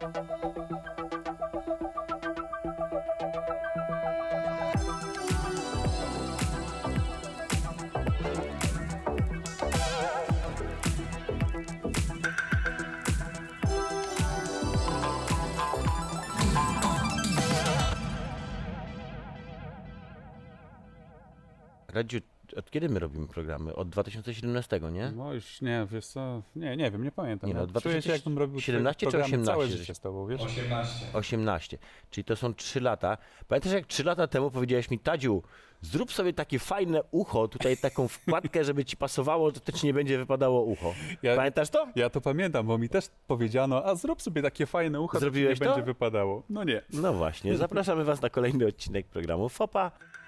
Radziu, od kiedy my robimy programy? Od 2017, nie? No już nie, wiesz co, nie wiem, nie pamiętam. Nie, no, Czuję się, jakbym robił 17 czy 18? Całe życie z tobą, wiesz? 18. Czyli to są 3 lata. Pamiętasz, jak 3 lata temu powiedziałeś mi, Tadziu, zrób sobie takie fajne ucho, tutaj taką wkładkę, żeby ci pasowało, to też nie będzie wypadało ucho. Pamiętasz to? Ja to pamiętam, bo mi też powiedziano, a zrób sobie takie fajne ucho, to ci nie będzie wypadało. No nie. No właśnie, zapraszamy was na kolejny odcinek programu FOPA.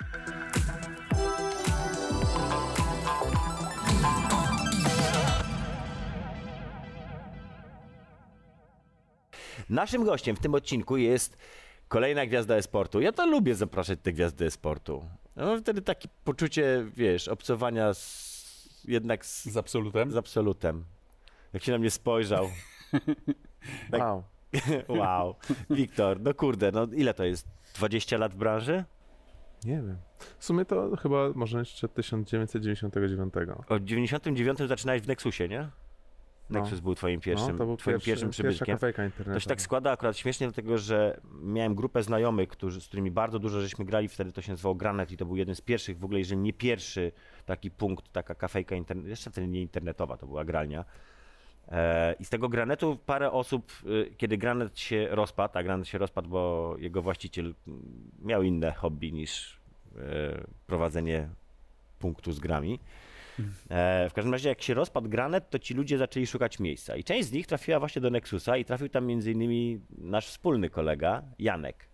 Naszym gościem w tym odcinku jest kolejna gwiazda e-sportu. Ja to lubię zapraszać te gwiazdy e-sportu. No, wtedy takie poczucie, wiesz, obcowania jednak z absolutem. Z absolutem. Jak się na mnie spojrzał. Tak, wow. Wow. Wiktor, no kurde, no ile to jest? 20 lat w branży? Nie wiem. W sumie to chyba może jeszcze 1999. Od 99 zaczynałeś w Nexusie, nie? Nexus był twoim pierwszym, to był pierwszym przybytkiem. To się tak składa akurat śmiesznie, dlatego że miałem grupę znajomych, z którymi bardzo dużo żeśmy grali, wtedy to się nazywało Granet i to był jeden z pierwszych, w ogóle jeżeli nie pierwszy taki punkt, taka kafejka internetowa, jeszcze wtedy nie internetowa, to była gralnia. I z tego Granetu parę osób, kiedy Granet się rozpadł, a Granet się rozpadł, bo jego właściciel miał inne hobby niż prowadzenie punktu z grami. W każdym razie jak się rozpadł Granet, to ci ludzie zaczęli szukać miejsca i część z nich trafiła właśnie do Nexusa i trafił tam m.in. nasz wspólny kolega Janek,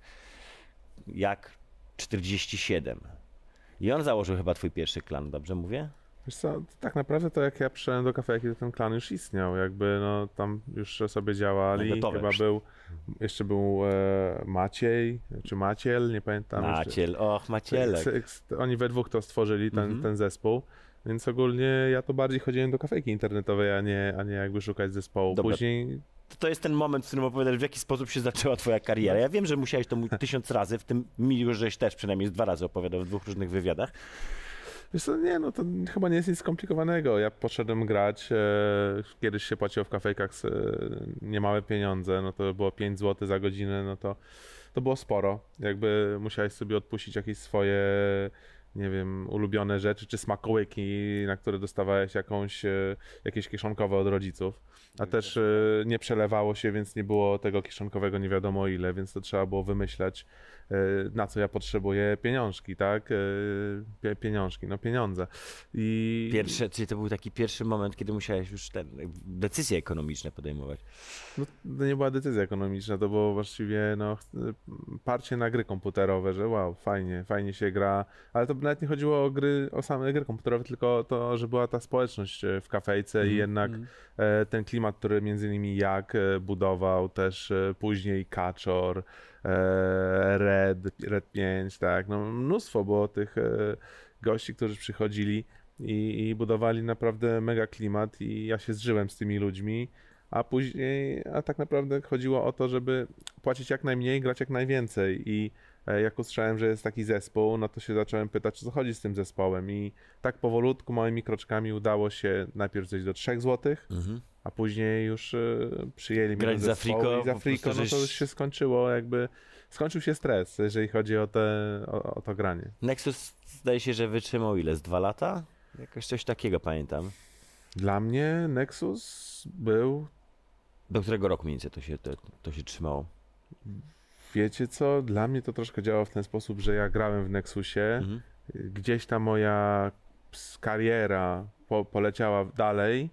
Jak 47 i on założył chyba twój pierwszy klan, dobrze mówię? Wiesz co, tak naprawdę to jak ja przyszedłem do kafejki, to ten klan już istniał, jakby no tam już sobie działali, no chyba jeszcze był Maciej, czy Maciel, nie pamiętam. Maciel, och Macielek. Oni we dwóch to stworzyli, ten zespół. Więc ogólnie ja to bardziej chodziłem do kafejki internetowej, a nie jakby szukać zespołu. Dobra. Później... To jest ten moment, w którym opowiadasz, w jaki sposób się zaczęła twoja kariera. Ja wiem, że musiałeś to mówić 1000 razy, w tym mi już żeś też przynajmniej 2 razy opowiadał w 2 różnych wywiadach. Wiesz co, nie, no to chyba nie jest nic skomplikowanego. Ja poszedłem grać, kiedyś się płaciło w kafejkach niemałe pieniądze, no to było 5 zł za godzinę, no to było sporo. Jakby musiałeś sobie odpuścić jakieś swoje, nie wiem, ulubione rzeczy, czy smakołyki, na które dostawałeś jakieś kieszonkowe od rodziców, a też nie przelewało się, więc nie było tego kieszonkowego nie wiadomo ile, więc to trzeba było wymyślać, na co ja potrzebuję pieniążki, tak? Pieniądze. Czyli to był taki pierwszy moment, kiedy musiałeś już decyzje ekonomiczne podejmować. No, to nie była decyzja ekonomiczna, to było właściwie parcie na gry komputerowe, że wow, fajnie się gra, ale to nawet nie chodziło o same gry komputerowe, tylko to, że była ta społeczność w kafejce i jednak ten klimat, który między innymi Jak budował, też później Kaczor, Red 5, tak, no mnóstwo było tych gości, którzy przychodzili i budowali naprawdę mega klimat i ja się zżyłem z tymi ludźmi, a tak naprawdę chodziło o to, żeby płacić jak najmniej, grać jak najwięcej i jak usłyszałem, że jest taki zespół, no to się zacząłem pytać, co chodzi z tym zespołem i tak powolutku, małymi kroczkami udało się najpierw zejść do 3 zł, a później już przyjęli mnie do zespołu i za Friko, no to już się skończyło, skończył się stres, jeżeli chodzi o to granie. Nexus zdaje się, że wytrzymał ile? Z 2 lata? Jakoś coś takiego pamiętam. Dla mnie Nexus był... Do którego roku mniej więcej to się trzymało? Wiecie co? Dla mnie to troszkę działało w ten sposób, że ja grałem w Nexusie, gdzieś ta moja kariera poleciała dalej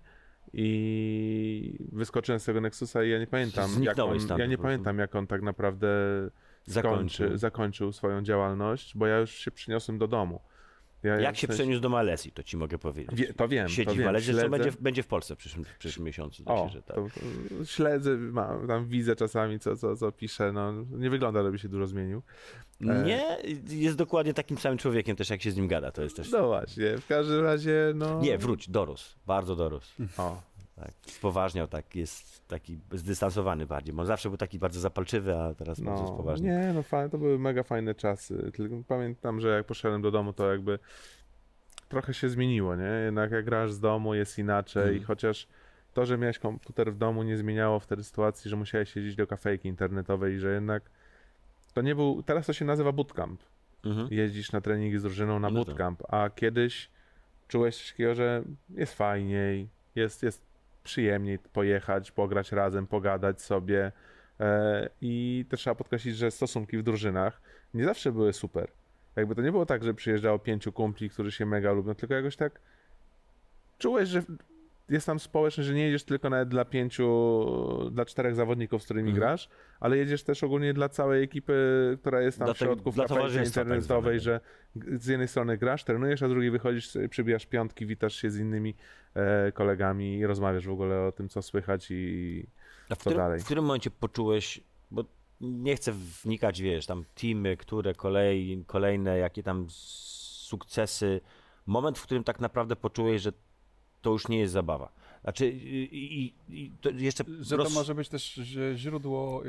i wyskoczyłem z tego Nexusa i ja nie pamiętam, jak on tak naprawdę zakończył swoją działalność, bo ja już się przyniosłem do domu. Jak się przeniósł do Malezji, to ci mogę powiedzieć. To wiem. Siedzi w Malezji, zresztą będzie w Polsce w przyszłym miesiącu. Tak. Śledzę, tam widzę czasami, co pisze, no nie wygląda, żeby się dużo zmienił. Nie, jest dokładnie takim samym człowiekiem też, jak się z nim gada, to jest też... No właśnie, w każdym razie, Nie, dorósł, bardzo dorósł. Tak, spoważniał, tak, jest taki zdystansowany bardziej. Bo on zawsze był taki bardzo zapalczywy, a teraz bardzo spoważny. Nie, no to były mega fajne czasy. Tylko pamiętam, że jak poszedłem do domu, to jakby trochę się zmieniło, nie? Jednak jak grasz z domu, jest inaczej. Chociaż to, że miałeś komputer w domu, nie zmieniało wtedy sytuacji, że musiałeś siedzieć do kafejki internetowej i że jednak to nie był... Teraz to się nazywa bootcamp. Jeździsz na treningi z drużyną na bootcamp, a kiedyś czułeś coś takiego, że jest fajniej, jest przyjemniej pojechać, pograć razem, pogadać sobie i też trzeba podkreślić, że stosunki w drużynach nie zawsze były super. Jakby to nie było tak, że przyjeżdżało 5 kumpli, którzy się mega lubią, tylko jakoś tak czułeś, że jest tam społeczność, że nie jedziesz tylko nawet dla 4 zawodników, z którymi grasz, ale jedziesz też ogólnie dla całej ekipy, która jest tam w środku, w kafejce internetowej, że z jednej strony grasz, trenujesz, a z drugiej wychodzisz, przybijasz piątki, witasz się z innymi kolegami i rozmawiasz w ogóle o tym, co słychać i co dalej. W którym momencie poczułeś, bo nie chcę wnikać, wiesz, tam teamy, które kolejne, jakie tam sukcesy, moment, w którym tak naprawdę poczułeś, że to już nie jest zabawa. Znaczy, to jeszcze... Że to może być też źródło...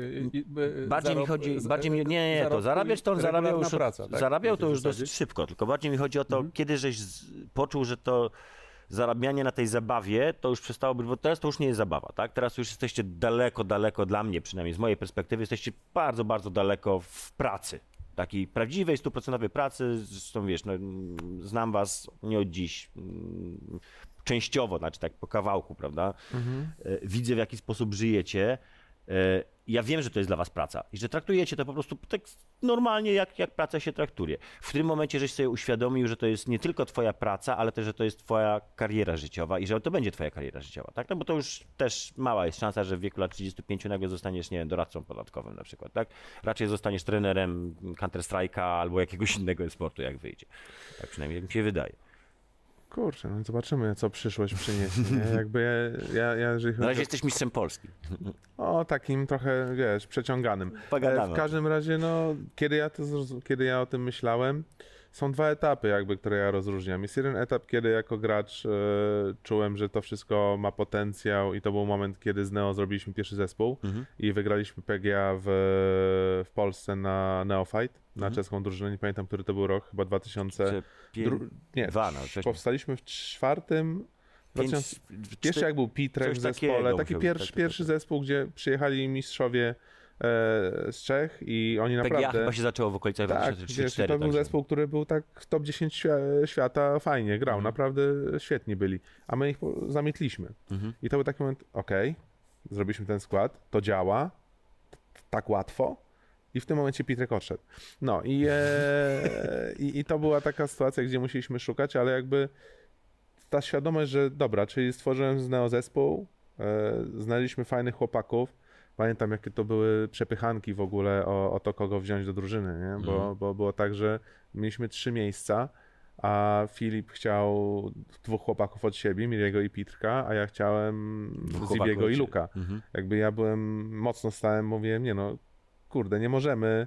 Bardziej mi to zarabiać to on zarabiał to już dosyć szybko, tylko bardziej mi chodzi o to, kiedy żeś poczuł, że to zarabianie na tej zabawie to już przestało być, bo teraz to już nie jest zabawa, tak? Teraz już jesteście daleko, dla mnie przynajmniej, z mojej perspektywy, jesteście bardzo, bardzo daleko w pracy. Takiej prawdziwej, 100% pracy, zresztą wiesz, no, znam was nie od dziś, częściowo, znaczy tak po kawałku, prawda? Widzę, w jaki sposób żyjecie. Ja wiem, że to jest dla was praca i że traktujecie to po prostu tak normalnie, jak praca się traktuje. W tym momencie, żeś sobie uświadomił, że to jest nie tylko twoja praca, ale też, że to jest twoja kariera życiowa i że to będzie twoja kariera życiowa, tak? No bo to już też mała jest szansa, że w wieku lat 35 nagle zostaniesz, nie wiem, doradcą podatkowym na przykład, tak? Raczej zostaniesz trenerem Counter-Strike'a albo jakiegoś innego sportu, jak wyjdzie. Tak przynajmniej mi się wydaje. Kurczę, no zobaczymy, co przyszłość przyniesie. Nie? Jakby jeżeli na razie jesteś mistrzem Polski. O, takim trochę, wiesz, przeciąganym. W każdym razie, no, kiedy ja o tym myślałem, są 2 etapy jakby, które ja rozróżniam. Jest jeden etap, kiedy jako gracz czułem, że to wszystko ma potencjał i to był moment, kiedy z Neo zrobiliśmy pierwszy zespół i wygraliśmy PGA w Polsce na Neofight, na czeską drużynę, nie pamiętam, który to był rok, chyba 2000... powstaliśmy w 4... Jeszcze jak był Pitrek w zespole, taki pierwszy zespół, gdzie przyjechali mistrzowie z Czech i oni naprawdę... PGA chyba się zaczęło w okolicach 2003-2004. To był zespół, który był tak w top 10 świata, fajnie grał, naprawdę świetni byli, a my ich zamietliśmy. I to był taki moment, zrobiliśmy ten skład, to działa, tak łatwo. I w tym momencie Pitrek odszedł. No i to była taka sytuacja, gdzie musieliśmy szukać, ale jakby ta świadomość, że dobra, czyli stworzyłem z Neo zespół, znaleźliśmy fajnych chłopaków. Pamiętam, jakie to były przepychanki w ogóle o to, kogo wziąć do drużyny, nie? Bo było tak, że mieliśmy 3 miejsca, a Filip chciał 2 chłopaków od siebie, Miriego i Pitrka, a ja chciałem Zibiego i Luka. Jakby ja mocno stałem, mówiłem, nie no, kurde, nie możemy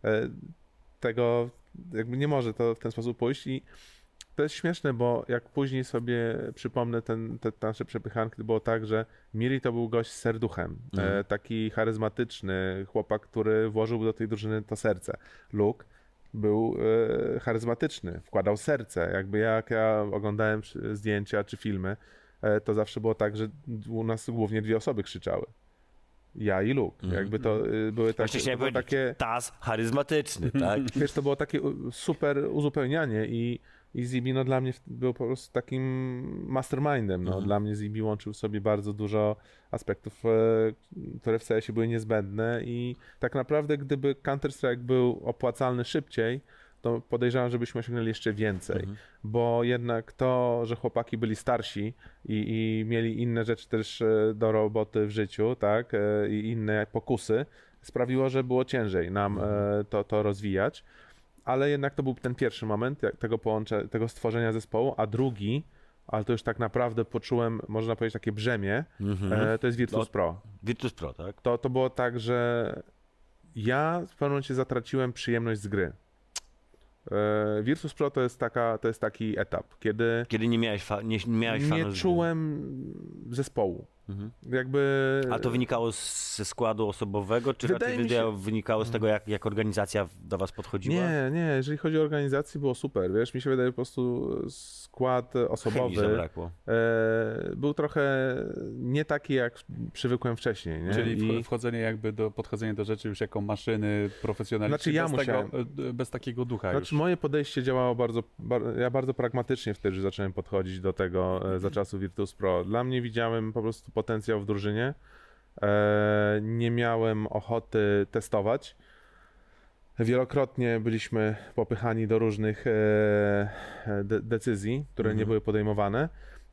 tego, jakby nie może to w ten sposób pójść i to jest śmieszne, bo jak później sobie przypomnę te nasze przepychanki, to było tak, że Miri to był gość z serduchem, taki charyzmatyczny chłopak, który włożył do tej drużyny to serce. Luke był charyzmatyczny, wkładał serce, jakby jak ja oglądałem zdjęcia czy filmy, to zawsze było tak, że u nas głównie 2 osoby krzyczały. Ja i Luke. Jakby to były takie... Taz charyzmatyczny, tak? Wiesz, to było takie super uzupełnianie i Zibi no, dla mnie był po prostu takim mastermindem. No. Dla mnie Zibi łączył sobie bardzo dużo aspektów, które w CS-ie były niezbędne i tak naprawdę gdyby Counter-Strike był opłacalny szybciej, to podejrzewam, żebyśmy osiągnęli jeszcze więcej, bo jednak to, że chłopaki byli starsi i mieli inne rzeczy też do roboty w życiu, tak, i inne pokusy, sprawiło, że było ciężej nam to rozwijać, ale jednak to był ten pierwszy moment tego stworzenia zespołu, a drugi, ale to już tak naprawdę poczułem, można powiedzieć, takie brzemię, to jest Virtus Pro. Virtus Pro, tak? To było tak, że ja w pewnym momencie zatraciłem przyjemność z gry. Virtus Pro to jest taki etap, kiedy nie miałeś fanów. Nie czułem zespołu. Jakby... A to wynikało ze składu osobowego, czy raczej wynikało z tego, jak organizacja do was podchodziła? Nie, jeżeli chodzi o organizację, było super, wiesz, mi się wydaje po prostu skład osobowy był trochę nie taki, jak przywykłem wcześniej, nie? Czyli wchodzenie jakby podchodzenie do rzeczy już jako maszyny profesjonalistyczne, bez takiego ducha już. Moje podejście działało ja bardzo pragmatycznie wtedy zacząłem podchodzić do tego za czasów Virtus Pro. Dla mnie widziałem po prostu potencjał w drużynie. Nie miałem ochoty testować. Wielokrotnie byliśmy popychani do różnych decyzji, które nie były podejmowane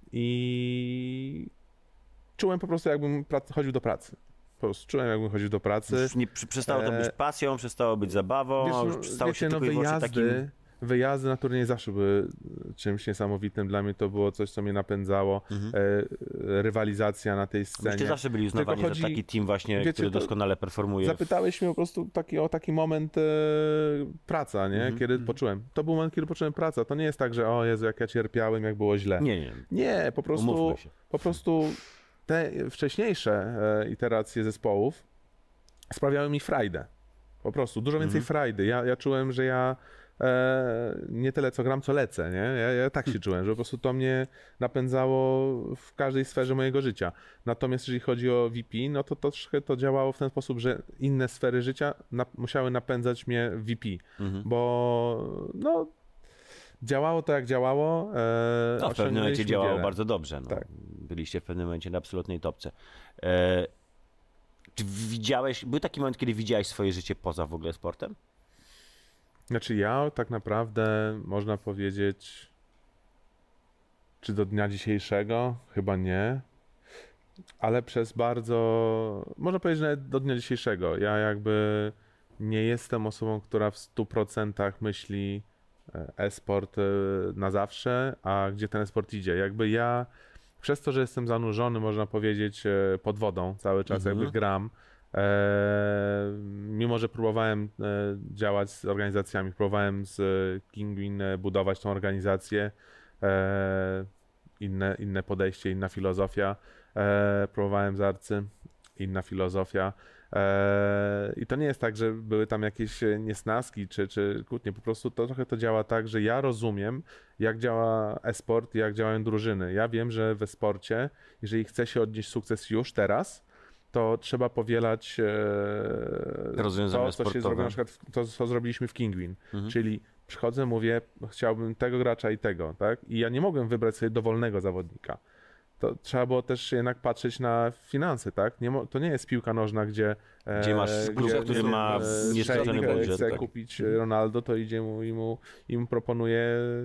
i czułem po prostu, jakbym chodził do pracy. Po prostu czułem, jakbym chodził do pracy. Przestało to być pasją, przestało być zabawą, już przestało się tylko i wyłącznie takim... Wyjazdy na turniej zawsze były czymś niesamowitym. Dla mnie to było coś, co mnie napędzało. Rywalizacja na tej scenie. Myście zawsze byli uznawani za taki team właśnie, który doskonale performuje. Zapytałeś mnie po prostu o taki moment praca, nie? Kiedy poczułem. To był moment, kiedy poczułem pracę. To nie jest tak, że o Jezu, jak ja cierpiałem, jak było źle. Nie, po prostu te wcześniejsze iteracje zespołów sprawiały mi frajdę. Po prostu, dużo więcej frajdy. Ja czułem, że ja nie tyle co gram, co lecę, nie? Ja tak się czułem, że po prostu to mnie napędzało w każdej sferze mojego życia. Natomiast jeżeli chodzi o VP, no to troszkę to działało w ten sposób, że inne sfery życia musiały napędzać mnie w VP, bo no działało to jak działało. W pewnym momencie działało bardzo dobrze. Tak. Byliście w pewnym momencie na absolutnej topce. Czy był taki moment, kiedy widziałeś swoje życie poza w ogóle sportem? Znaczy ja tak naprawdę, można powiedzieć, czy do dnia dzisiejszego? Chyba nie, ale można powiedzieć nawet do dnia dzisiejszego. Ja jakby nie jestem osobą, która w 100% myśli e-sport na zawsze, a gdzie ten e-sport idzie. Jakby ja, przez to, że jestem zanurzony, można powiedzieć, pod wodą cały czas, jakby gram, mimo że próbowałem działać z organizacjami, próbowałem z Kinguin budować tą organizację, inne podejście, inna filozofia, próbowałem z Arcy, inna filozofia i to nie jest tak, że były tam jakieś niesnaski czy kłótnie, po prostu trochę to działa tak, że ja rozumiem, jak działa e-sport, jak działają drużyny. Ja wiem, że w e-sporcie, jeżeli chce się odnieść sukces już teraz, to trzeba powielać to, co się zrobiło, na przykład to, co zrobiliśmy w Kinguin. Czyli przychodzę, mówię, chciałbym tego gracza i tego, tak? I ja nie mogłem wybrać sobie dowolnego zawodnika. To trzeba było też jednak patrzeć na finanse, tak? To nie jest piłka nożna, gdzie masz klub, który ma nieszczególny budżet. Chce kupić Ronaldo, to idzie i mu proponuje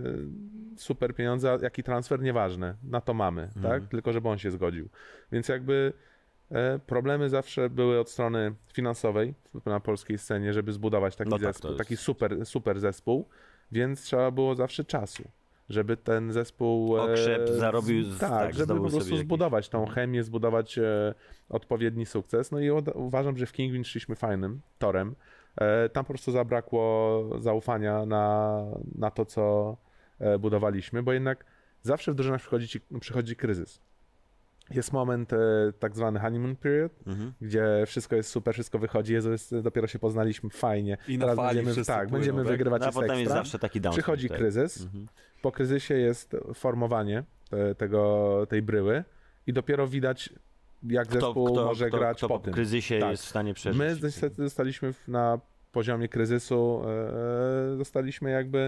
super pieniądze, a jaki transfer, nieważne. Na to mamy, tak? Tylko żeby on się zgodził. Więc jakby problemy zawsze były od strony finansowej na polskiej scenie, żeby zbudować taki zespół, taki super zespół, więc trzeba było zawsze czasu, żeby ten zespół zarobił, żeby po prostu zbudować tą chemię, zbudować odpowiedni sukces. No i uważam, że w Kinguin szliśmy fajnym torem. Tam po prostu zabrakło zaufania na to, co budowaliśmy, bo jednak zawsze w drużynach przychodzi kryzys. Jest moment tak zwany honeymoon period, gdzie wszystko jest super, wszystko wychodzi, dopiero się poznaliśmy, fajnie. I na fali będziemy wygrywać a potem jest zawsze taki downside. Przychodzi kryzys, po kryzysie jest formowanie tej bryły i dopiero widać, jak zespół może grać po tym. Po kryzysie jest w stanie przeżyć. My niestety zostaliśmy na poziomie kryzysu, zostaliśmy jakby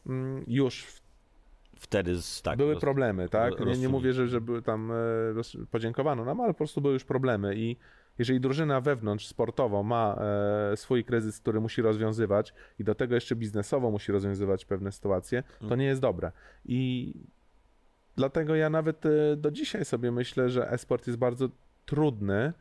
już wtedy były problemy, tak? Nie mówię, że były tam podziękowano nam, ale po prostu były już problemy i jeżeli drużyna wewnątrz sportowo ma swój kryzys, który musi rozwiązywać i do tego jeszcze biznesowo musi rozwiązywać pewne sytuacje, to nie jest dobre. I dlatego ja nawet do dzisiaj sobie myślę, że e-sport jest bardzo trudny,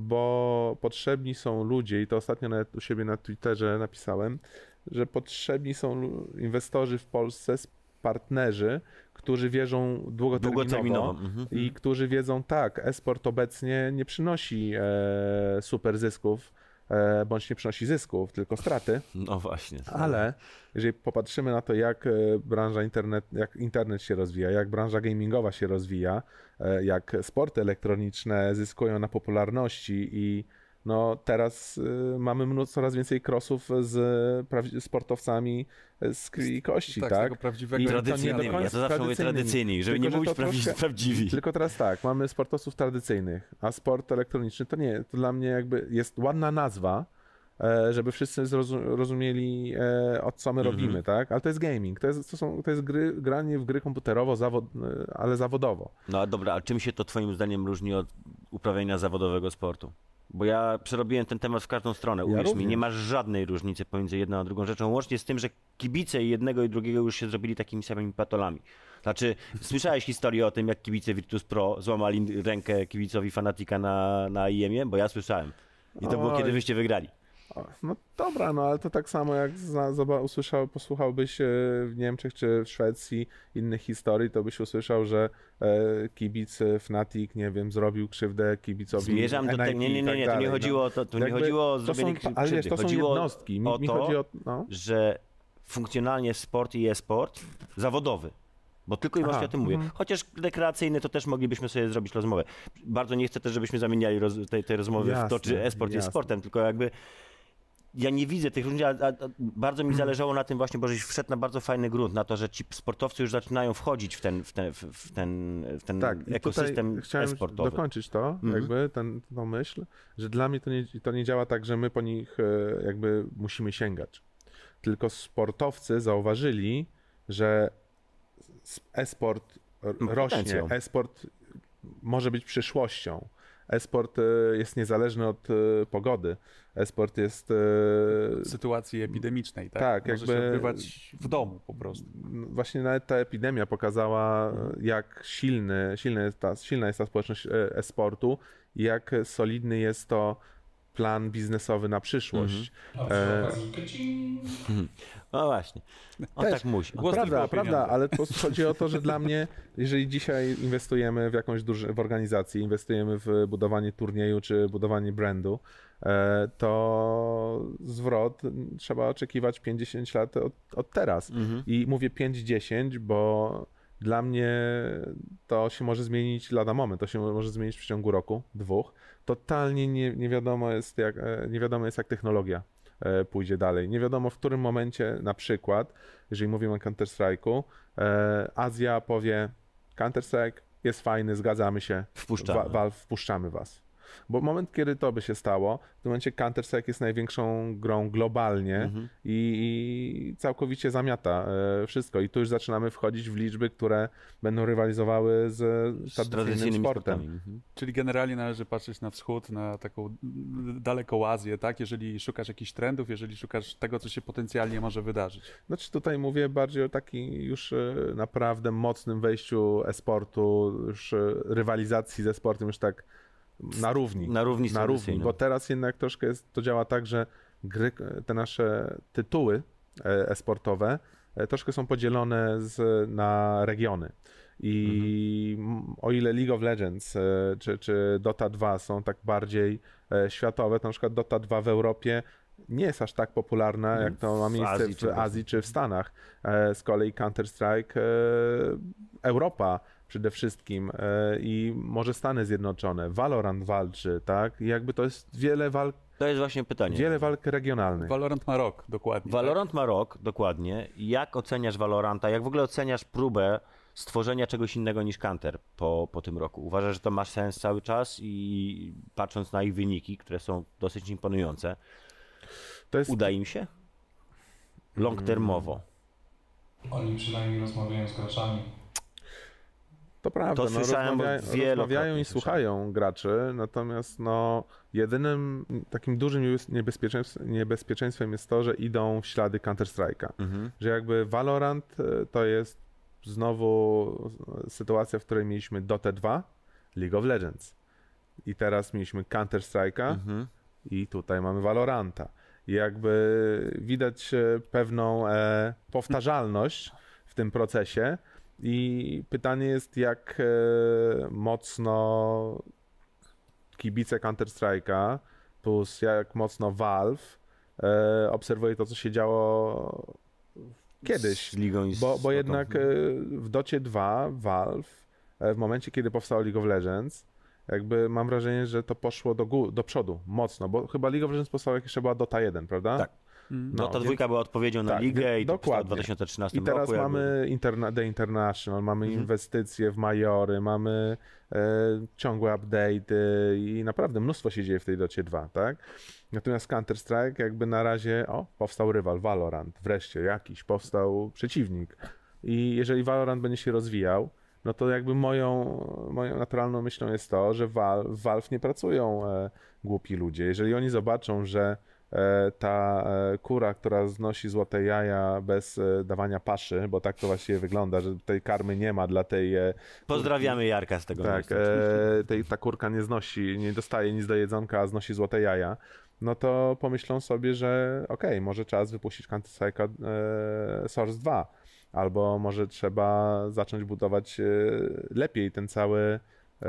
bo potrzebni są ludzie i to ostatnio nawet u siebie na Twitterze napisałem, że potrzebni są inwestorzy w Polsce, partnerzy, którzy wierzą długoterminowo i którzy wiedzą, tak, e-sport obecnie nie przynosi super zysków bądź nie przynosi zysków, tylko straty. No właśnie. Ale jeżeli popatrzymy na to, jak branża jak internet się rozwija, jak branża gamingowa się rozwija, jak sporty elektroniczne zyskują na popularności i no teraz mamy coraz więcej crossów z sportowcami z krwi i kości, tak? Tego prawdziwego. I tradycyjnymi, ja to zawsze mówię tradycyjnymi, żeby nie mówić prawdziwi. Tylko teraz tak, mamy sportowców tradycyjnych, a sport elektroniczny to nie, to dla mnie jakby jest ładna nazwa, żeby wszyscy rozumieli, o co my robimy, tak? Ale to jest gaming, to jest granie w gry komputerowo, ale zawodowo. No dobra, a czym się to twoim zdaniem różni od uprawiania zawodowego sportu? Bo ja przerobiłem ten temat w każdą stronę, uwierz mi, nie masz żadnej różnicy pomiędzy jedną a drugą rzeczą, łącznie z tym, że kibice jednego i drugiego już się zrobili takimi samymi patolami. Znaczy, słyszałeś historię o tym, jak kibice Virtus Pro złamali rękę kibicowi Fanatica na IEM-ie? Bo ja słyszałem. I to było, kiedy wyście wygrali. No dobra, no ale to tak samo jak posłuchałbyś w Niemczech czy w Szwecji innych historii, to byś usłyszał, że kibic Fnatic, nie wiem, zrobił krzywdę kibicowi. Zmierzam do tego, nie, to nie chodziło o to, nie chodziło o zrobienie krzywdy. Ale wiesz, to są jednostki. Mi chodzi o to, że funkcjonalnie sport i e-sport zawodowy. Bo tylko i wyłącznie o tym mówię. Chociaż rekreacyjny to też moglibyśmy sobie zrobić rozmowę. Bardzo nie chcę też, żebyśmy zamieniali tej rozmowy w to, czy e-sport jest sportem, tylko jakby ja nie widzę tych różnic, a bardzo mi zależało na tym właśnie, bo żeś wszedł na bardzo fajny grunt, na to, że ci sportowcy już zaczynają wchodzić w ten tak, ekosystem chciałem e-sportowy. Dokończyć to, jakby tą myśl, że dla mnie to nie działa tak, że my po nich jakby musimy sięgać. Tylko sportowcy zauważyli, że e-sport rośnie, e-sport może być przyszłością. E-sport jest niezależny od pogody. E-sport jest... sytuacji epidemicznej, tak? Tak, może się odbywać w domu po prostu. Właśnie nawet ta epidemia pokazała, jak silna jest ta społeczność e-sportu i jak solidny jest to plan biznesowy na przyszłość. No właśnie. On też, tak musi. Prawda, ale chodzi o to, że dla mnie, jeżeli dzisiaj inwestujemy w jakąś w organizację, inwestujemy w budowanie turnieju czy budowanie brandu, to zwrot trzeba oczekiwać 50 lat od teraz. I mówię 5-10, bo dla mnie to się może zmienić lada moment, to się może zmienić w przeciągu roku, 2. Totalnie nie wiadomo jest jak technologia pójdzie dalej. Nie wiadomo w którym momencie, na przykład, jeżeli mówimy o Counter-Strike'u, Azja powie Counter-Strike jest fajny, zgadzamy się, Valve, wpuszczamy was. Bo moment, kiedy to by się stało, w tym momencie Counter-Strike jest największą grą globalnie i całkowicie zamiata wszystko. I tu już zaczynamy wchodzić w liczby, które będą rywalizowały z tradycyjnym sportem. Czyli generalnie należy patrzeć na wschód, na taką daleką Azję, tak? Jeżeli szukasz jakichś trendów, jeżeli szukasz tego, co się potencjalnie może wydarzyć. Znaczy tutaj mówię bardziej o takim już naprawdę mocnym wejściu e-sportu, już rywalizacji ze sportem, już tak na równi, bo teraz jednak troszkę to działa tak, że gry, te nasze tytuły e-sportowe troszkę są podzielone na regiony. I o ile League of Legends czy Dota 2 są tak bardziej światowe, to na przykład Dota 2 w Europie nie jest aż tak popularna, jak to ma miejsce w Azji czy w Stanach. Z kolei Counter-Strike Europa przede wszystkim i może Stany Zjednoczone. Valorant walczy, tak? I jakby to jest wiele walk. To jest właśnie pytanie. Wiele walk regionalnych. Valorant ma rok, dokładnie. Valorant ma rok, dokładnie. Jak oceniasz Valoranta? Jak w ogóle oceniasz próbę stworzenia czegoś innego niż Counter po tym roku? Uważasz, że to ma sens cały czas i patrząc na ich wyniki, które są dosyć imponujące, uda im się? Long-termowo. Oni przynajmniej rozmawiają z graczami. To prawda, to rozmawiają i słuchają graczy, natomiast jedynym takim dużym niebezpieczeństwem jest to, że idą w ślady Counter-Strike'a. Że jakby Valorant to jest znowu sytuacja, w której mieliśmy Dota 2, League of Legends i teraz mieliśmy Counter-Strike'a i tutaj mamy Valoranta. I jakby widać pewną powtarzalność w tym procesie. I pytanie jest, jak mocno kibice Counter-Strike'a plus jak mocno Valve obserwuje to, co się działo kiedyś. Z ligą i z Bo Dotą. jednak w Docie 2 Valve w momencie, kiedy powstało League of Legends, jakby mam wrażenie, że to poszło do przodu mocno, bo chyba League of Legends powstało jak jeszcze była Dota 1, prawda? Tak. Dota 2 była odpowiedzią na tak, ligę i to powstało w dokładnie. 2013 I teraz roku. mamy The International, mamy inwestycje w Majory, mamy ciągłe update'y i naprawdę mnóstwo się dzieje w tej Docie 2, tak? Natomiast Counter-Strike jakby na razie, powstał rywal, Valorant, wreszcie jakiś, powstał przeciwnik. I jeżeli Valorant będzie się rozwijał, no to jakby moją naturalną myślą jest to, że w Valve nie pracują głupi ludzie. Jeżeli oni zobaczą, że ta kura, która znosi złote jaja bez dawania paszy, bo tak to właściwie wygląda, że tej karmy nie ma dla tej Pozdrawiamy Jarka z tego tak, miejsca. ta kurka nie dostaje nic do jedzonka, a znosi złote jaja, no to pomyślą sobie, że okej, może czas wypuścić Counter-Strike'a Source 2, albo może trzeba zacząć budować lepiej ten cały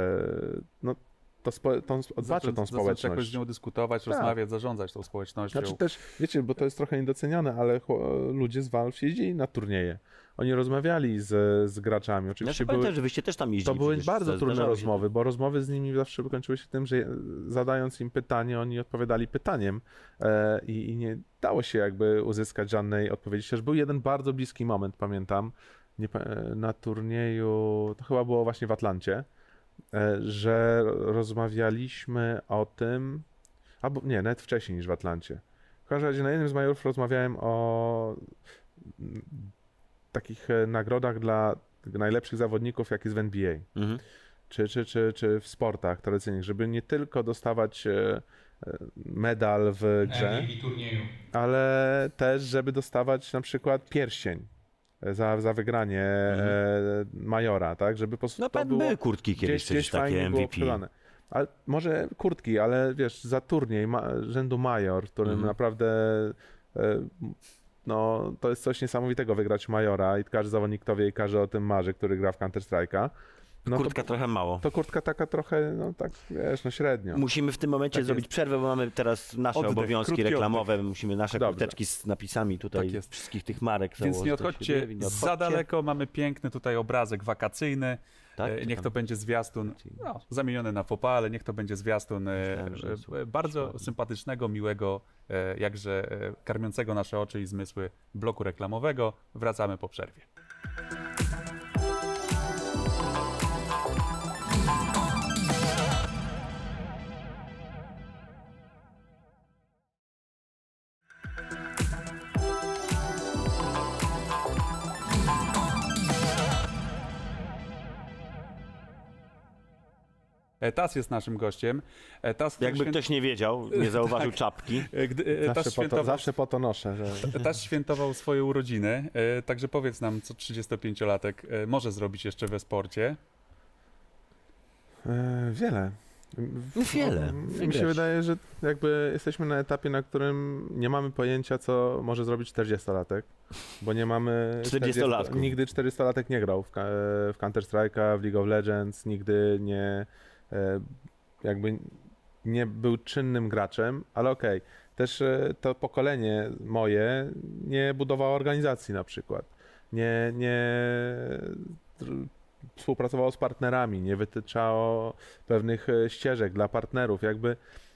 odznaczę tą społeczność. Jakoś z nią dyskutować, rozmawiać, zarządzać tą społecznością. Znaczy też, wiecie, bo to jest trochę niedoceniane, ale ludzie z Valve jeździli na turnieje. Oni rozmawiali z graczami. Oczywiście pamiętam, że wyście też tam jeździli. to były przecież, bardzo trudne rozmowy, się. bo rozmowy z nimi zawsze kończyły się tym, że zadając im pytanie, oni odpowiadali pytaniem i nie dało się jakby uzyskać żadnej odpowiedzi. Chociaż był jeden bardzo bliski moment, pamiętam, na turnieju, to chyba było właśnie w Atlancie, że rozmawialiśmy o tym, albo nie, nawet wcześniej niż w Atlancie. W każdym razie na jednym z majorów rozmawiałem o takich nagrodach dla najlepszych zawodników, jak jest w NBA, czy w sportach tradycyjnych, żeby nie tylko dostawać medal w grze, ale też, żeby dostawać na przykład pierścień za wygranie majora, tak? Żeby po prostu to było były kurtki kiedyś gdzieś takie MVP. Było ale może kurtki, ale wiesz, za turniej rzędu major, w którym naprawdę no, to jest coś niesamowitego wygrać majora i każdy zawodnik to wie i każdy o tym marzy, który gra w Counter-Strike'a. No kurtka trochę mało. To kurtka taka trochę, no tak, wiesz, no średnio. Musimy w tym momencie zrobić przerwę, bo mamy teraz nasze obowiązki reklamowe, musimy nasze kurteczki z napisami tutaj wszystkich tych marek założyć. Więc nie odchodźcie za daleko, mamy piękny tutaj obrazek wakacyjny. Tak, niech to będzie zwiastun, zamieniony na faux pas, ale niech to będzie zwiastun bardzo sympatycznego, miłego, jakże karmiącego nasze oczy i zmysły bloku reklamowego. Wracamy po przerwie. Tas jest naszym gościem. Jakby ktoś nie wiedział, nie zauważył czapki. Zawsze po to noszę. Tas świętował swoje urodziny, także powiedz nam, co 35-latek może zrobić jeszcze we sporcie? Wiele. Mi się wydaje, że jakby jesteśmy na etapie, na którym nie mamy pojęcia, co może zrobić 40-latek, bo nie mamy... 40-latków. Nigdy 40-latek nie grał w Counter-Strike'a, w League of Legends, nigdy nie był czynnym graczem, ale okej. Też to pokolenie moje nie budowało organizacji na przykład. Nie współpracowało z partnerami, nie wytyczało pewnych ścieżek dla partnerów. Jakby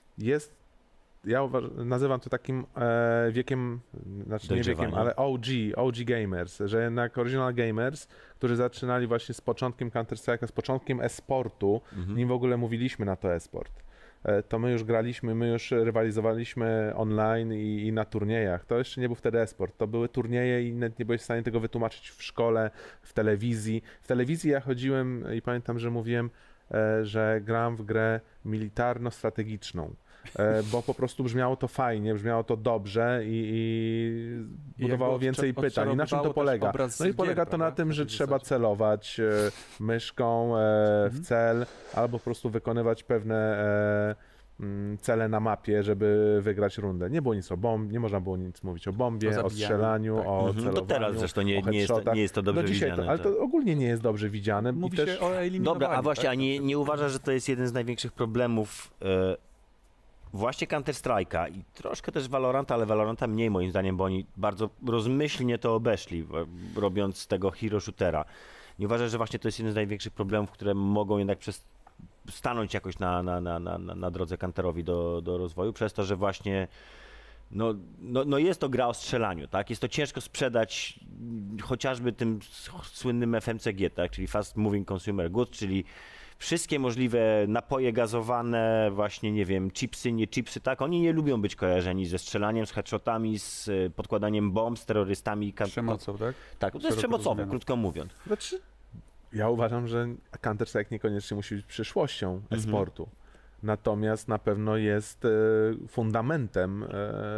nazywam to takim wiekiem, znaczy nie wiekiem, ale OG gamers, że jednak original gamers, którzy zaczynali właśnie z początkiem Counter-Strike'a, z początkiem e-sportu, nim w ogóle mówiliśmy na to e-sport. To my już graliśmy, my już rywalizowaliśmy online i na turniejach. To jeszcze nie był wtedy e-sport. To były turnieje i nawet nie byłeś w stanie tego wytłumaczyć w szkole, w telewizji. W telewizji ja chodziłem i pamiętam, że mówiłem, że gram w grę militarno-strategiczną. Bo po prostu brzmiało to fajnie, brzmiało to dobrze i budowało więcej pytań. I na czym to polega? No i polega to na tym, że trzeba celować myszką w cel, albo po prostu wykonywać pewne cele na mapie, żeby wygrać rundę. Nie było nic o bombie, nie można było nic mówić o bombie, o strzelaniu, o celowaniu. To teraz zresztą nie jest to dobrze widziane. Ale to ogólnie nie jest dobrze widziane. Mówi się o eliminowaniu. Dobra, a właśnie, a nie uważasz, że to jest jeden z największych problemów właśnie Counter-Strike'a i troszkę też Valoranta, ale Valoranta mniej moim zdaniem, bo oni bardzo rozmyślnie to obeszli, robiąc z tego hero shootera. Nie uważasz, że właśnie to jest jeden z największych problemów, które mogą jednak stanąć jakoś na drodze Counterowi do rozwoju, przez to, że właśnie no jest to gra o strzelaniu, tak? Jest to ciężko sprzedać chociażby tym słynnym FMCG, tak? Czyli Fast Moving Consumer Goods, czyli wszystkie możliwe napoje gazowane, właśnie nie wiem, chipsy, nie chipsy, tak? Oni nie lubią być kojarzeni ze strzelaniem, z headshotami, z podkładaniem bomb, z terrorystami. Przemocą, tak? Tak, to jest przemocowe, krótko mówiąc. Znaczy, ja uważam, że Counter-Strike niekoniecznie musi być przyszłością e-sportu. Natomiast na pewno jest fundamentem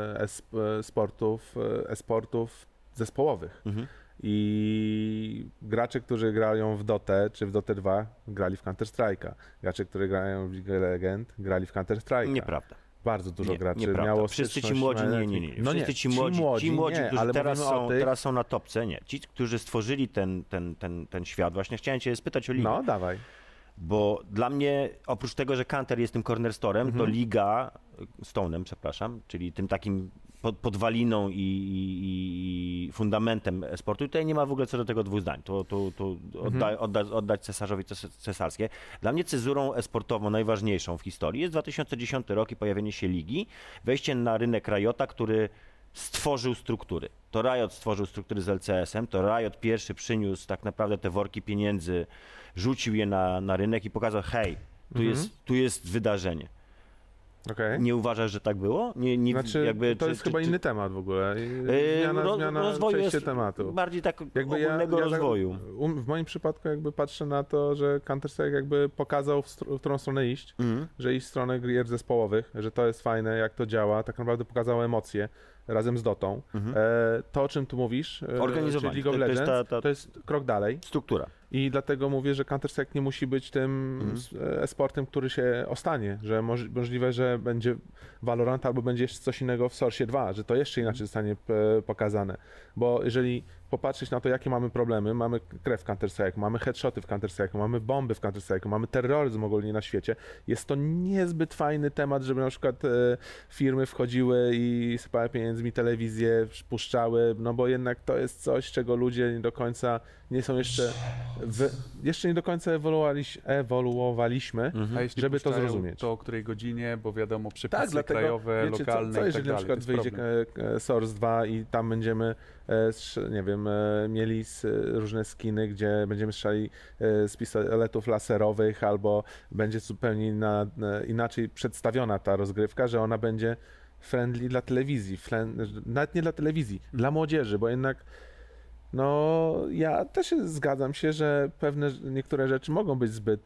e-sportów zespołowych. I gracze, którzy grają w Dotę czy w Dotę 2, grali w Counter-Strike'a. Gracze, którzy grają w League of Legends, grali w Counter-Strike'a. Nieprawda. Bardzo dużo graczy nieprawda. miało Wszyscy ci młodzi, nie. No wszyscy ci młodzi, którzy teraz są na topce, nie. Ci, którzy stworzyli ten świat, właśnie chciałem cię spytać o ligę. No, dawaj. Bo dla mnie, oprócz tego, że Counter jest tym cornerstone'em, to Liga, czyli tym takim podwaliną i fundamentem sportu. Tutaj nie ma w ogóle co do tego dwóch zdań. To oddać cesarzowi cesarskie. Dla mnie cezurą esportową najważniejszą w historii jest 2010 rok i pojawienie się Ligi, wejście na rynek Riota, który stworzył struktury. To Riot stworzył struktury z LCS-em, to Riot pierwszy przyniósł tak naprawdę te worki pieniędzy, rzucił je na rynek i pokazał, hej, tu jest wydarzenie. Okay. Nie uważasz, że tak było? Znaczy, to jest chyba inny temat w ogóle. Zmiana rozwoju jest tematu. Bardziej tak ogólnego rozwoju. W moim przypadku jakby patrzę na to, że Counter-Strike jakby pokazał, w którą stronę iść, że iść w stronę gier zespołowych, że to jest fajne, jak to działa. Tak naprawdę pokazał emocje razem z Dotą. To, o czym tu mówisz, czyli League of Legends, to jest krok dalej. Struktura. I dlatego mówię, że Counter-Strike nie musi być tym e-sportem, który się ostanie, że możliwe, że będzie Valorant albo będzie jeszcze coś innego w Source 2, że to jeszcze inaczej zostanie pokazane. Bo jeżeli popatrzeć na to, jakie mamy problemy, mamy krew w Counter-Strike, mamy headshoty w Counter-Strike, mamy bomby w Counter-Strike, mamy terroryzm ogólnie na świecie, jest to niezbyt fajny temat, żeby na przykład firmy wchodziły i sypały pieniędzmi, telewizje puszczały, no bo jednak to jest coś, czego ludzie nie do końca nie są jeszcze nie do końca ewoluowaliśmy, żeby to zrozumieć. To o której godzinie, bo wiadomo, przepisy krajowe, lokalne co i tak jeżeli na przykład wyjdzie Source 2 i tam będziemy, nie wiem, mieli różne skiny, gdzie będziemy strzelali z pistoletów laserowych, albo będzie zupełnie inaczej przedstawiona ta rozgrywka, że ona będzie friendly dla telewizji, nawet nie dla telewizji, dla młodzieży, bo jednak no, ja też zgadzam się, że niektóre rzeczy mogą być zbyt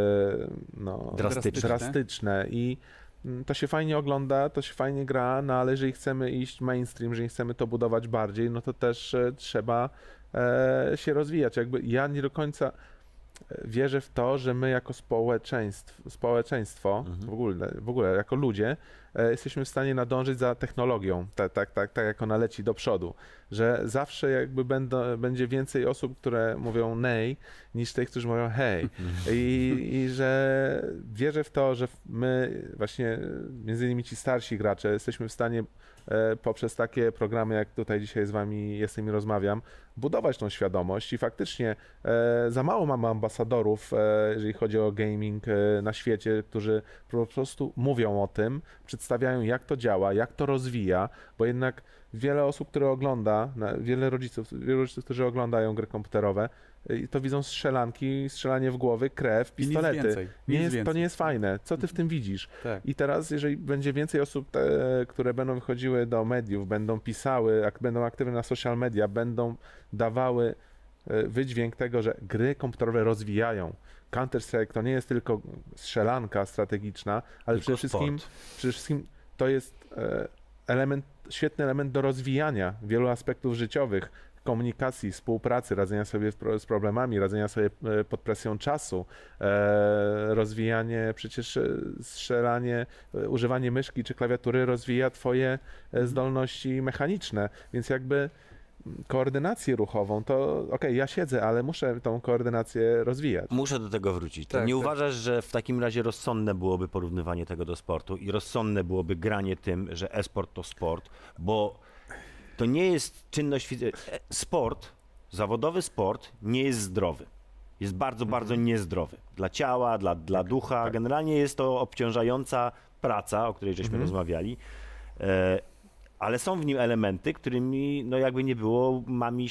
drastyczne i to się fajnie ogląda, to się fajnie gra, no ale jeżeli chcemy iść mainstream, jeżeli chcemy to budować bardziej, no to też trzeba się rozwijać. Jakby ja nie do końca wierzę w to, że my jako społeczeństwo w ogóle jako ludzie jesteśmy w stanie nadążyć za technologią, tak jak ona leci do przodu, że zawsze jakby będzie więcej osób, które mówią nej, niż tych, którzy mówią hej. I że wierzę w to, że my właśnie, między innymi ci starsi gracze, jesteśmy w stanie poprzez takie programy, jak tutaj dzisiaj z wami jestem i rozmawiam, budować tą świadomość i faktycznie za mało mamy ambasadorów, jeżeli chodzi o gaming na świecie, którzy po prostu mówią o tym, przedstawiają, jak to działa, jak to rozwija, bo jednak wiele osób, które ogląda, wielu rodziców, którzy oglądają gry komputerowe, to widzą strzelanie w głowy, krew, pistolety. To nie jest fajne. Co ty w tym widzisz? Tak. I teraz, jeżeli będzie więcej osób, które będą wychodziły do mediów, będą pisały, będą aktywne na social media, będą dawały wydźwięk tego, że gry komputerowe rozwijają. Counter-Strike to nie jest tylko strzelanka strategiczna, ale przede wszystkim to jest świetny element do rozwijania wielu aspektów życiowych, komunikacji, współpracy, radzenia sobie z problemami, radzenia sobie pod presją czasu, rozwijanie, przecież strzelanie, używanie myszki czy klawiatury rozwija twoje zdolności mechaniczne, więc jakby koordynację ruchową, to okej, ja siedzę, ale muszę tą koordynację rozwijać. Muszę do tego wrócić. Tak, nie tak. uważasz, że w takim razie rozsądne byłoby porównywanie tego do sportu i rozsądne byłoby granie tym, że e-sport to sport, bo to nie jest czynność fizyczna. Sport, zawodowy sport nie jest zdrowy. Jest bardzo, bardzo niezdrowy. Dla ciała, dla ducha. Generalnie jest to obciążająca praca, o której żeśmy rozmawiali. Ale są w nim elementy, którymi, no jakby nie było, mami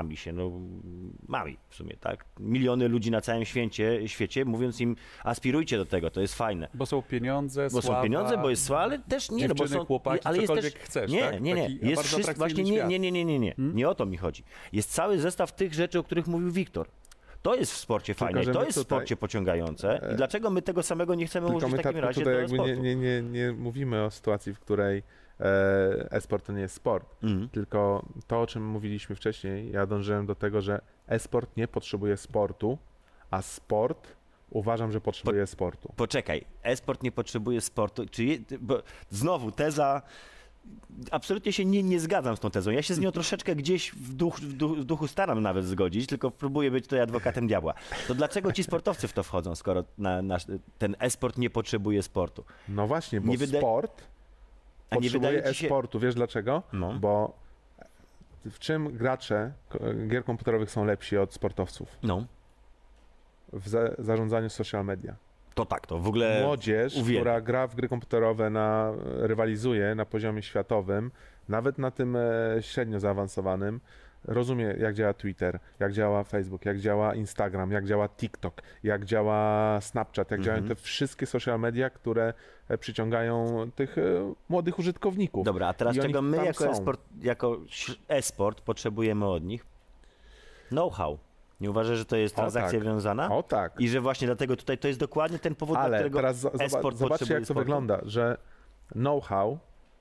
w sumie, tak? Miliony ludzi na całym świecie, mówiąc im, aspirujcie do tego, to jest fajne. Bo są pieniądze, Bo sława, są pieniądze, bo jest sława, ale też nie, no bo są, chłopaki, ale jest też, chcesz, nie, tak? nie, Taki jest bardzo wszystko, właśnie nie, atrakcyjny nie o to mi chodzi. Jest cały zestaw tych rzeczy, o których mówił Wiktor. To jest w sporcie fajne, że to my jest w tutaj- sporcie pociągające. I dlaczego my tego samego nie chcemy użyć w takim razie tutaj do jakby sportu? nie mówimy o sytuacji, w której e-sport to nie jest sport, tylko to, o czym mówiliśmy wcześniej, ja dążyłem do tego, że e-sport nie potrzebuje sportu, a sport uważam, że potrzebuje sportu. Poczekaj, e-sport nie potrzebuje sportu, bo znowu teza, absolutnie się nie zgadzam z tą tezą. Ja się z nią troszeczkę gdzieś w duchu staram nawet zgodzić, tylko próbuję być tutaj adwokatem diabła. To dlaczego ci sportowcy w to wchodzą, skoro ten e-sport nie potrzebuje sportu? No właśnie, bo Nie sport potrzebuje e-sportu. Wiesz dlaczego? No. Bo w czym gracze gier komputerowych są lepsi od sportowców? No, W zarządzaniu social media. to tak, to w ogóle Młodzież, uwielbiam. która gra w gry komputerowe, rywalizuje na poziomie światowym, nawet na tym średnio zaawansowanym, rozumie, jak działa Twitter, jak działa Facebook, jak działa Instagram, jak działa TikTok, jak działa Snapchat, jak działają te wszystkie social media, które przyciągają tych młodych użytkowników. Dobra, a teraz I oni czego my tam jako e-sport potrzebujemy od nich? Know-how. Nie uważasz, że to jest transakcja tak. wiązana? O tak. I że właśnie dlatego tutaj to jest dokładnie ten powód, dla Ale którego teraz e-sport zobaczcie, potrzebuje jak to sportu. wygląda, że know-how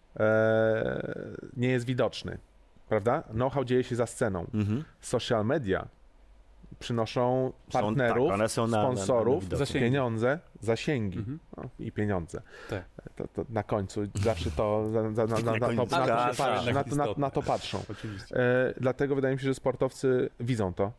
nie jest widoczny, prawda? Know-how dzieje się za sceną. Social media przynoszą partnerów, tak, one są sponsorów, widoczne. pieniądze, zasięgi i pieniądze. Tak. To na końcu zawsze to na to patrzą. Oczywiście. Dlatego wydaje mi się, że sportowcy widzą to,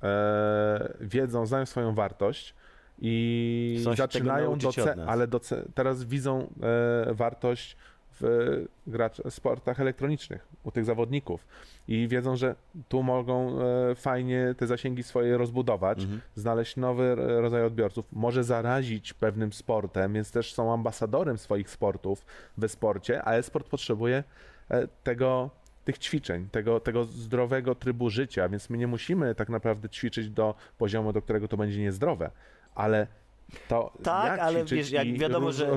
wiedzą, znają swoją wartość i Chcą się tego zaczynają nauczyć od nas. ale teraz widzą wartość w sportach elektronicznych u tych zawodników i wiedzą, że tu mogą fajnie te zasięgi swoje rozbudować, znaleźć nowy rodzaj odbiorców, może zarazić pewnym sportem, więc też są ambasadorem swoich sportów we sporcie, a e-sport potrzebuje tych ćwiczeń, tego zdrowego trybu życia, więc my nie musimy tak naprawdę ćwiczyć do poziomu, do którego to będzie niezdrowe, ale to Tak, jak ale ćwiczyć wiesz, jak i wiadomo, że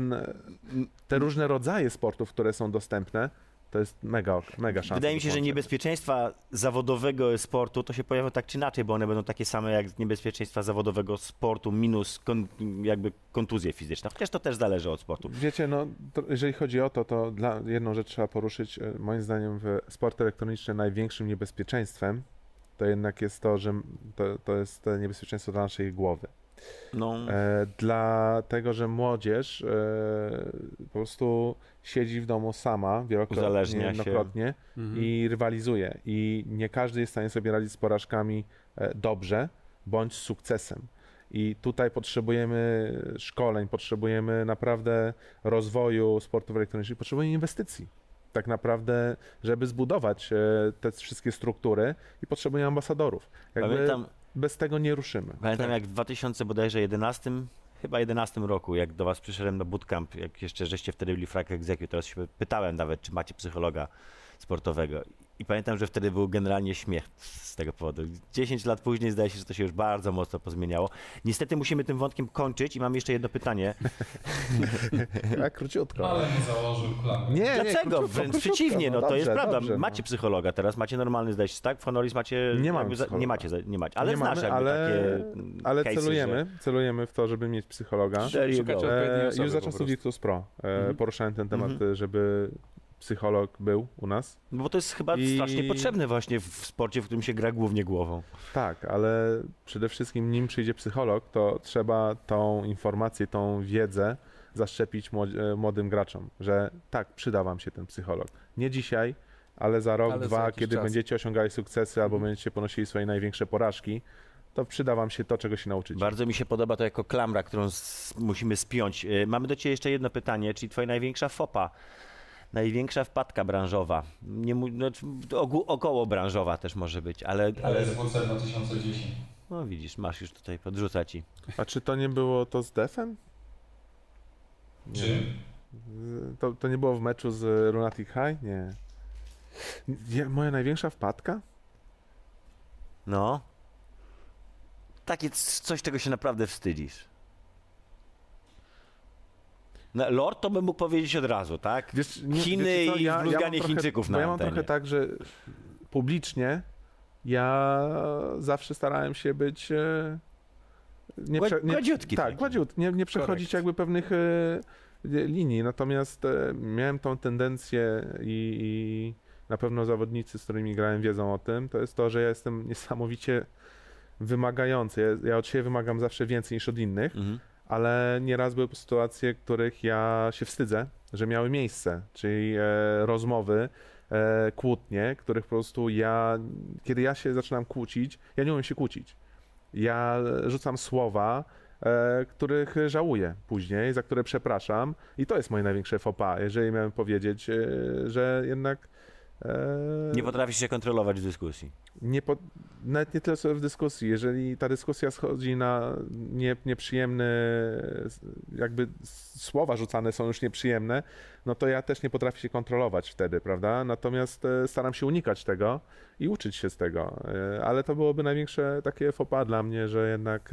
te różne rodzaje sportów, które są dostępne, to jest mega szansa. wydaje mi się, do że połączenia. niebezpieczeństwa zawodowego sportu to się pojawią tak czy inaczej, bo one będą takie same jak niebezpieczeństwa zawodowego sportu minus jakby kontuzje fizyczne. Chociaż to też zależy od sportu. Wiecie, no, jeżeli chodzi o to jedną rzecz trzeba poruszyć. Moim zdaniem w sporcie elektronicznym największym niebezpieczeństwem to jednak jest to, że to jest niebezpieczeństwo dla naszej głowy. No. Dlatego, że młodzież po prostu siedzi w domu sama wielokrotnie i rywalizuje. I nie każdy jest w stanie sobie radzić z porażkami dobrze bądź z sukcesem. I tutaj potrzebujemy szkoleń, potrzebujemy naprawdę rozwoju sportów elektronicznych, potrzebujemy inwestycji. Tak naprawdę, żeby zbudować te wszystkie struktury i potrzebujemy ambasadorów. Bez tego nie ruszymy. Pamiętam jak w 2011 roku, jak do was przyszedłem na bootcamp, jak jeszcze żeście wtedy byli Frag Executive, teraz się pytałem nawet, czy macie psychologa sportowego. I pamiętam, że wtedy był generalnie śmiech z tego powodu. 10 lat później zdaje się, że to się już bardzo mocno pozmieniało. Niestety musimy tym wątkiem kończyć i mam jeszcze jedno pytanie. Tak, króciutko. Ale nie założył klamy. Nie, Dlaczego? Wręcz przeciwnie, no to dobrze, jest prawda. dobrze, macie psychologa teraz, macie normalny, zdaje się, tak? W Honoris macie... Nie mamy nie psychologa. macie, ale nie znasz mamy, jakby ale takie case'y, celujemy w to, żeby mieć psychologa. There you go. Już za czasów Virtus Pro poruszałem ten temat, żeby psycholog był u nas. Bo to jest chyba strasznie potrzebne właśnie w sporcie, w którym się gra głównie głową. Tak, ale przede wszystkim nim przyjdzie psycholog, to trzeba tą informację, tą wiedzę zaszczepić młodym graczom, że tak, przyda wam się ten psycholog. Nie dzisiaj, ale za rok, Ale za dwa, jakiś kiedy czas. będziecie osiągali sukcesy albo będziecie ponosili swoje największe porażki, to przyda wam się to, czego się nauczycie. Bardzo mi się podoba to jako klamra, którą musimy spiąć. Mamy do ciebie jeszcze jedno pytanie, czyli twoja największa fopa, największa wpadka branżowa, około branżowa też może być, ale... SWC 2010. No widzisz, masz już tutaj, podrzuca ci. A czy to nie było to z Defem? Czy? To nie było w meczu z Lunatic High? Nie. Moja największa wpadka? No. Takie coś, czego się naprawdę wstydzisz. No, Lord to bym mógł powiedzieć od razu, tak? Chiny wiecie co, i bluzganie Chińczyków na ja mam antenie. trochę tak, że publicznie ja zawsze starałem się być gładziutki. Tak, gładziutki. Nie przechodzić jakby pewnych linii. Natomiast miałem tą tendencję i na pewno zawodnicy, z którymi grałem, wiedzą o tym, to jest to, że ja jestem niesamowicie wymagający. Ja od siebie wymagam zawsze więcej niż od innych, ale nieraz były sytuacje, których ja się wstydzę, że miały miejsce, czyli rozmowy, kłótnie, których po prostu kiedy ja się zaczynam kłócić, ja nie umiem się kłócić. Ja rzucam słowa, których żałuję później, za które przepraszam i to jest moje największe faux pas, jeżeli miałem powiedzieć, że jednak nie potrafisz się kontrolować w dyskusji. Nawet nie tyle co w dyskusji, jeżeli ta dyskusja schodzi na nieprzyjemne, jakby słowa rzucane są już nieprzyjemne, no to ja też nie potrafię się kontrolować wtedy, prawda? Natomiast staram się unikać tego i uczyć się z tego, ale to byłoby największe takie faux pas dla mnie, że jednak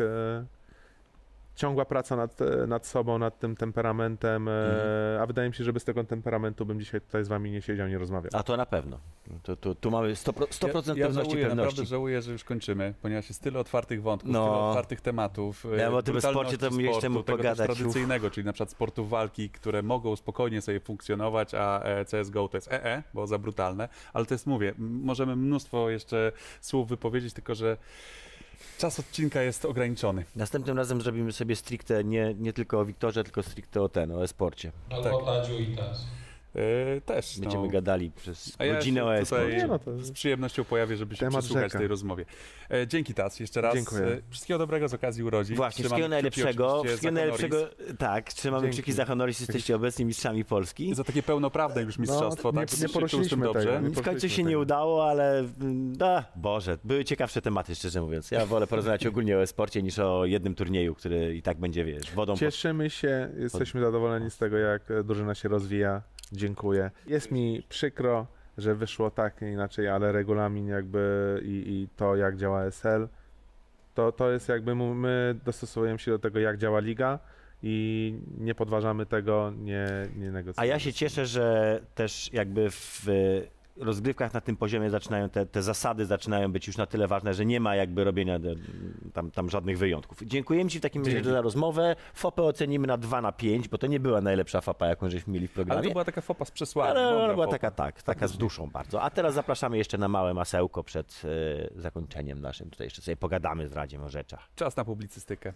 ciągła praca nad sobą, nad tym temperamentem, a wydaje mi się, że bez tego temperamentu bym dzisiaj tutaj z wami nie siedział, nie rozmawiał. A to na pewno. Tu mamy 100% pewności. Naprawdę żałuję, że już kończymy, ponieważ jest tyle otwartych wątków, tyle otwartych tematów. Ja o tym sporcie to bym jeszcze mógł pogadać. Tradycyjnego, czyli na przykład sportów walki, które mogą spokojnie sobie funkcjonować, a CSGO to jest bo za brutalne, ale to jest, mówię, możemy mnóstwo jeszcze słów wypowiedzieć, tylko że czas odcinka jest ograniczony. Następnym razem zrobimy sobie stricte nie tylko o Wiktorze, tylko stricte o e-sporcie. Albo o Tadziu i Taz. Też. Będziemy gadali przez ja godzinę o e-sporcie. Z przyjemnością pojawię, żeby się przysłuchać tej rozmowie. Dzięki Taz, jeszcze raz. Dziękuję. Wszystkiego dobrego z okazji urodzin. Właśnie, wszystkiego najlepszego. Tak, trzymamy kciuki za Honoris, jesteście obecni mistrzami Polski. Za takie pełnoprawne już mistrzostwo, tak? Nie poruszyliśmy dobrze. W końcu się nie udało, ale Boże, były ciekawsze tematy, szczerze mówiąc. Ja wolę porozmawiać ogólnie o e-sporcie niż o jednym turnieju, który i tak będzie, wodą. Cieszymy się, jesteśmy zadowoleni z tego, jak drużyna się rozwija. Dziękuję. Jest mi przykro, że wyszło tak, nie inaczej, ale regulamin jakby i to, jak działa SL, to jest jakby my dostosowujemy się do tego, jak działa liga i nie podważamy tego, nie negocjujemy. A ja się cieszę, że też jakby w rozgrywkach na tym poziomie zaczynają te zasady zaczynają być już na tyle ważne, że nie ma jakby robienia tam żadnych wyjątków. Dziękujemy ci w takim razie za rozmowę. Fopę ocenimy na 2/5, bo to nie była najlepsza fopa, jaką żeśmy mieli w programie. Ale to była taka fopa z przesłaniem. Ale ona była taka z duszą bardzo. A teraz zapraszamy jeszcze na małe masełko przed zakończeniem naszym. Tutaj jeszcze sobie pogadamy z Radziem o rzeczach. Czas na publicystykę.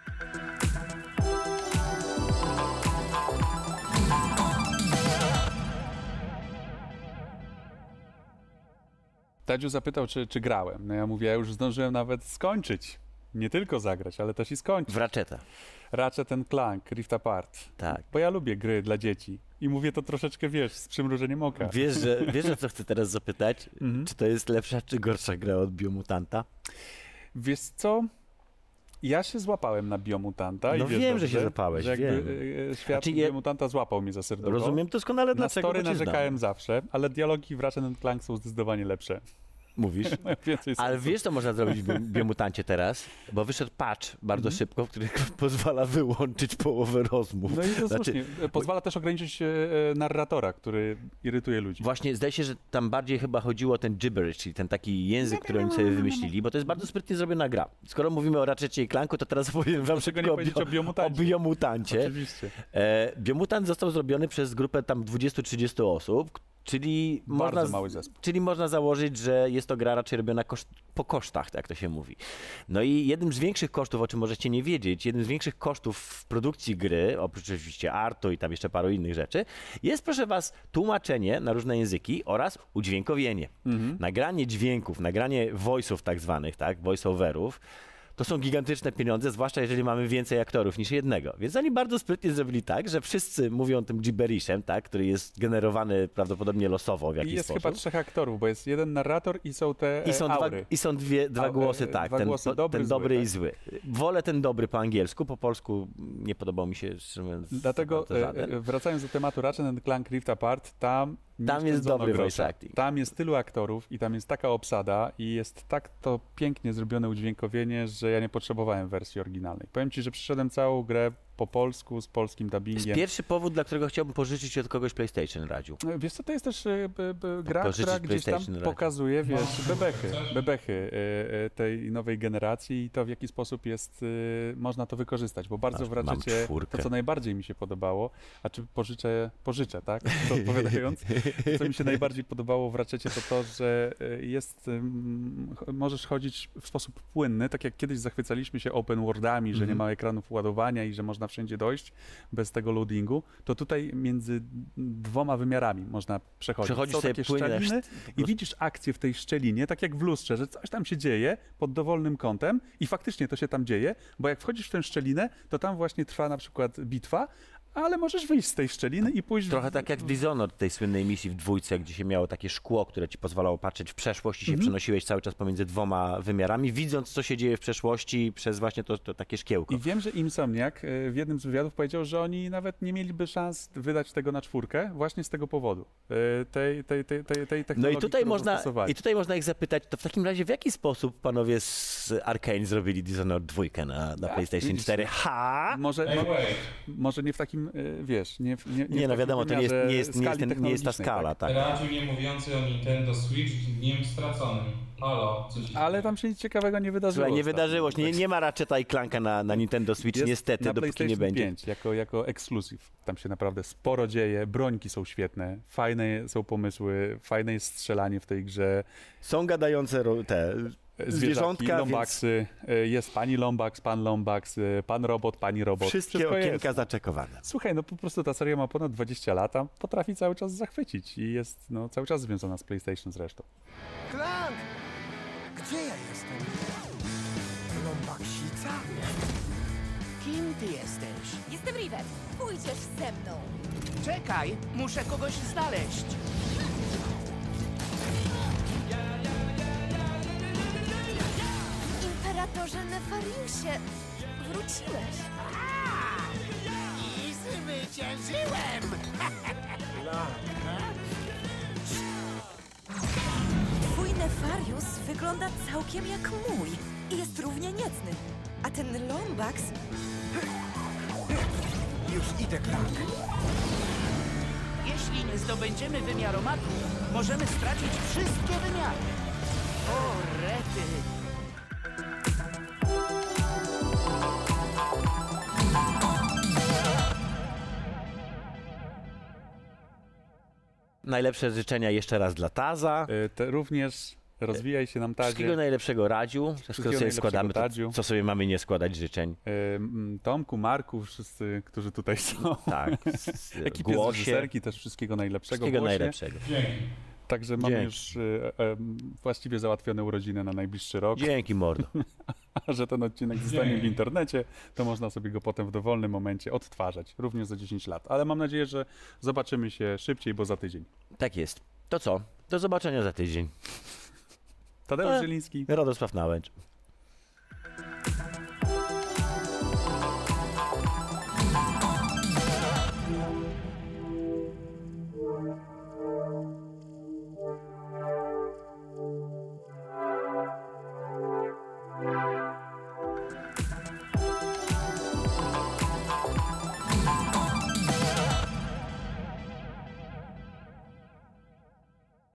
Tadziu zapytał, czy grałem. No ja mówię, ja już zdążyłem nawet skończyć. Nie tylko zagrać, ale też i skończyć. W Ratcheta. Ratchet & Clank, Rift Apart. Tak. Bo ja lubię gry dla dzieci. I mówię to troszeczkę, z przymrużeniem oka. Wiesz, o co chcę teraz zapytać? Czy to jest lepsza, czy gorsza gra od Biomutanta? Wiesz co? Ja się złapałem na Biomutanta. No i wiem, że się złapałeś, że świat Biomutanta złapał mnie za serducho. Rozumiem doskonale, dlaczego. Na story narzekałem zawsze, ale dialogi w Ratchet & Clank są zdecydowanie lepsze. Mówisz? Ale wiesz, co można zrobić w Biomutancie teraz? Bo wyszedł patch bardzo szybko, który pozwala wyłączyć połowę rozmów. No i to słusznie. Pozwala też ograniczyć narratora, który irytuje ludzi. Właśnie, zdaje się, że tam bardziej chyba chodziło o ten gibberish, czyli ten taki język, który oni sobie wymyślili, bo to jest bardzo sprytnie zrobiona gra. Skoro mówimy o Ratchetie i Clanku, to teraz powiem wam szybko o Biomutancie. Oczywiście. Biomutant został zrobiony przez grupę tam 20-30 osób, Czyli mały można założyć, że jest to gra raczej robiona po kosztach, tak jak to się mówi. No i jednym z większych kosztów, o czym możecie nie wiedzieć, jednym z większych kosztów w produkcji gry, oprócz oczywiście artu i tam jeszcze paru innych rzeczy, jest, proszę was, tłumaczenie na różne języki oraz udźwiękowienie. Nagranie dźwięków, nagranie voice'ów tak zwanych, tak, voice-overów, to są gigantyczne pieniądze, zwłaszcza jeżeli mamy więcej aktorów niż jednego. Więc oni bardzo sprytnie zrobili tak, że wszyscy mówią tym gibberishem, tak, który jest generowany prawdopodobnie losowo w jakiś sposób. I jest chyba 3 aktorów, bo jest jeden narrator i są te aury. I są dwa głosy, tak, ten dobry i zły. Wolę ten dobry po angielsku, po polsku nie podobał mi się, szczerze mówiąc. Dlatego wracając do tematu Ratchet & Clank Rift Apart, tam jest dobry voice acting. Tam jest tylu aktorów i tam jest taka obsada i jest tak to pięknie zrobione udźwiękowienie, że ja nie potrzebowałem wersji oryginalnej. Powiem ci, że przeszedłem całą grę po polsku, z polskim dubbingiem. Jest pierwszy powód, dla którego chciałbym pożyczyć od kogoś PlayStation, Radziu. Wiesz co, to jest też gra, która gdzieś tam pokazuje, wiesz, bebechy tej nowej generacji i to, w jaki sposób jest, można to wykorzystać, bo bardzo w Ratchetie to, co najbardziej mi się podobało, a czy pożyczę, tak, to odpowiadając, co mi się najbardziej podobało w Ratchetie, to, że możesz chodzić w sposób płynny, tak jak kiedyś zachwycaliśmy się open worldami, że nie ma ekranów ładowania i że można wszędzie dojść bez tego loadingu, to tutaj między 2 wymiarami można przechodzić. Przechodzisz są sobie takie płynnie szczeliny i widzisz akcję w tej szczelinie, tak jak w lustrze, że coś tam się dzieje pod dowolnym kątem i faktycznie to się tam dzieje, bo jak wchodzisz w tę szczelinę, to tam właśnie trwa na przykład bitwa, ale możesz wyjść z tej szczeliny i pójść... Trochę tak jak w Dishonored, tej słynnej misji w 2, gdzie się miało takie szkło, które ci pozwalało patrzeć w przeszłość i się przenosiłeś cały czas pomiędzy 2 wymiarami, widząc, co się dzieje w przeszłości przez właśnie to takie szkiełko. I wiem, że Insomniac w jednym z wywiadów powiedział, że oni nawet nie mieliby szans wydać tego na 4 właśnie z tego powodu. Tej technologii, no i tutaj można ich zapytać, to w takim razie w jaki sposób panowie z Arkane zrobili Dishonored 2 na PlayStation 4? Może nie w takim, wiesz, nie no wiadomo, to nie jest ta skala, tak. Radziu nie mówiący o Nintendo Switch dniem straconym. Halo, ale tam się nic ciekawego nie wydarzyło. Słuchaj, nie wydarzyło się, nie ma Ratcheta i Clanka na Nintendo Switch, jest niestety, na dopóki nie będzie. 5 jako ekskluzyw. Tam się naprawdę sporo dzieje, brońki są świetne, fajne są pomysły, fajne jest strzelanie w tej grze. Są gadające te zwierzątka, Lombaxy, jest pani Lombax, pan Lombax, pan robot, pani robot. Wszystkie okienka zaczekowane. Słuchaj, no po prostu ta seria ma ponad 20 lat, a potrafi cały czas zachwycić i jest cały czas związana z PlayStation zresztą. Clank! Gdzie ja jestem? Lombaxica? Kim ty jesteś? Jestem Rivet. Pójdziesz ze mną. Czekaj, muszę kogoś znaleźć. Imperatorze Nefariusie, wróciłeś. I zwyciężyłem! Twój Nefarius wygląda całkiem jak mój i jest równie niecny. A ten Lombax... Już idę, Clank. Jeśli nie zdobędziemy wymiaromatu, możemy stracić wszystkie wymiary. O, rety! Najlepsze życzenia jeszcze raz dla Taza. Również rozwijaj się nam, Tazie. Wszystkiego najlepszego, Radziu. Wszystkiego sobie składamy, co sobie mamy nie składać życzeń. Tomku, Marku, wszyscy, którzy tutaj są. Tak. Ekipie z reżyserki też wszystkiego najlepszego. Wszystkiego najlepszego. Dzięki. Także mamy już właściwie załatwione urodziny na najbliższy rok. Dzięki, mordo. A że ten odcinek zostanie w internecie, to można sobie go potem w dowolnym momencie odtwarzać, również za 10 lat. Ale mam nadzieję, że zobaczymy się szybciej, bo za tydzień. Tak jest. To co? Do zobaczenia za tydzień. Tadeusz Zieliński. Radosław Nałęcz.